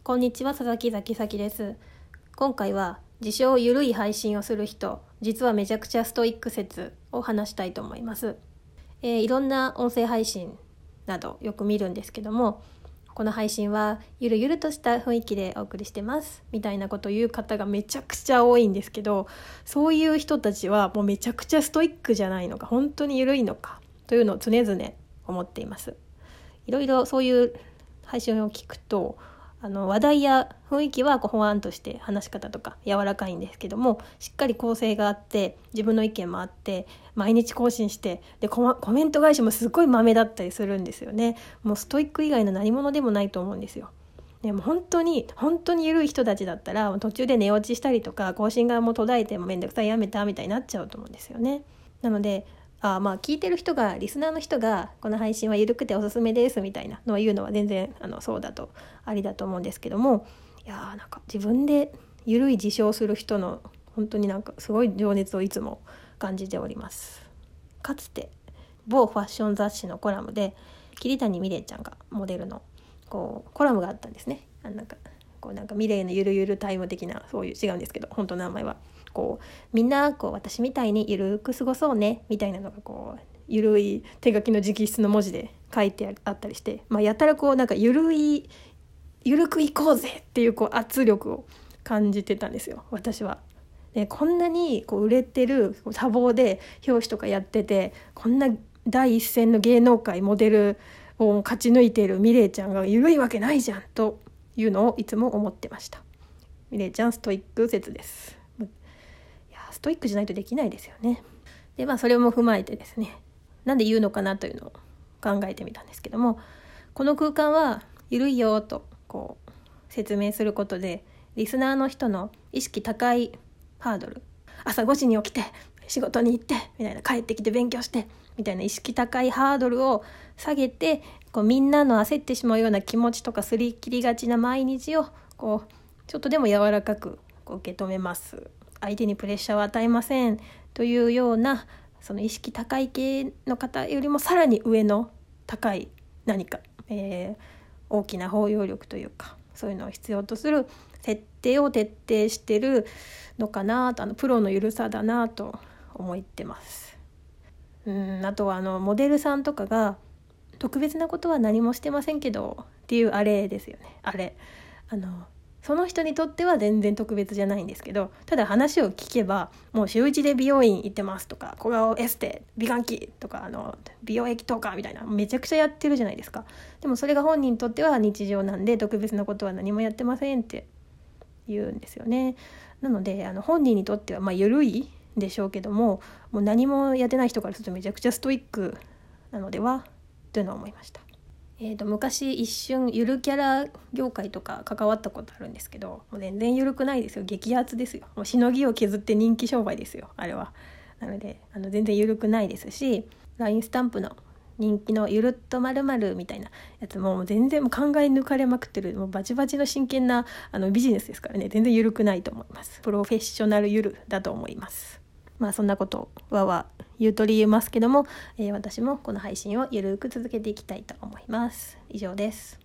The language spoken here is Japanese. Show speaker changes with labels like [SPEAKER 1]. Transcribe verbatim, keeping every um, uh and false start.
[SPEAKER 1] こんにちは、佐々木崎咲です。今回は自称ゆるい配信をする人、実はめちゃくちゃストイック説を話したいと思います。えー、いろんな音声配信などよく見るんですけども、この配信はゆるゆるとした雰囲気でお送りしてますみたいなことを言う方がめちゃくちゃ多いんですけど、そういう人たちはもうめちゃくちゃストイックじゃないのか、本当にゆるいのかというのを常々思っています。いろいろそういう配信を聞くと、あの話題や雰囲気はこうほわんとして話し方とか柔らかいんですけども、しっかり構成があって自分の意見もあって毎日更新してで コ, コメント返しもすごいマメだったりするんですよね。もうストイック以外の何者でもないと思うんですよ。でも本当に本当に緩い人たちだったら途中で寝落ちしたりとか更新がもう途絶えてもめんどくさいやめたみたいになっちゃうと思うんですよね。なのであまあ聞いてる人がリスナーの人がこの配信は緩くておすすめですみたいなのを言うのは全然あのそうだとありだと思うんですけども、いやーなんか自分で緩い自称する人の本当になんかすごい情熱をいつも感じております。かつて某ファッション雑誌のコラムで桐谷美玲ちゃんがモデルのこうコラムがあったんですね。あなんかこうなんか美玲のゆるゆるタイム的な、そういう違うんですけど本当の名前はこうみんなこう私みたいにゆるく過ごそうねみたいなのがこうゆるい手書きの直筆の文字で書いてあったりして、まあ、やたらこうなんかゆるいゆるくいこうぜっていうこう圧力を感じてたんですよ私は。でこんなにこう売れてる多忙で表紙とかやってて、こんな第一線の芸能界モデルを勝ち抜いている美玲ちゃんがゆるいわけないじゃんというのをいつも思ってました。美玲ちゃんストイック説です。ストイックじゃないとできないですよね。でまあそれも踏まえてですね、なんで言うのかなというのを考えてみたんですけども、この空間はゆるいよとこう説明することでリスナーの人の意識高いハードル、朝ごじに起きて仕事に行ってみたいな、帰ってきて勉強してみたいな意識高いハードルを下げて、こうみんなの焦ってしまうような気持ちとかすり切りがちな毎日をこうちょっとでも柔らかくこう受け止めます、相手にプレッシャーを与えませんというような、その意識高い系の方よりもさらに上の高い何か、えー、大きな包容力というかそういうのを必要とする設定を徹底してるのかなと、あのプロのゆるさだなと思ってます。うんあとはあのモデルさんとかが特別なことは何もしてませんけどっていうあれですよね。あれあのその人にとっては全然特別じゃないんですけど、ただ話を聞けばもう週一で美容院行ってますとか小顔エステ美顔器とかあの美容液とかみたいなめちゃくちゃやってるじゃないですか。でもそれが本人にとっては日常なんで特別なことは何もやってませんって言うんですよね。なのであの本人にとってはまあ緩いでしょうけども、もう何もやってない人からするとめちゃくちゃストイックなのではというのを思いました。えー、と昔一瞬ゆるキャラ業界とか関わったことあるんですけど、もう全然ゆるくないですよ。激アツですよ。もうしのぎを削って人気商売ですよあれは。なのであの全然ゆるくないですし、 ライン スタンプの人気のゆるっと〇〇みたいなやつも全然もう考え抜かれまくってる、もうバチバチの真剣なあのビジネスですからね、全然ゆるくないと思います。プロフェッショナルゆるだと思います。まあそんなことはは言うとり言えますけども、えー、私もこの配信をゆるく続けていきたいと思います。以上です。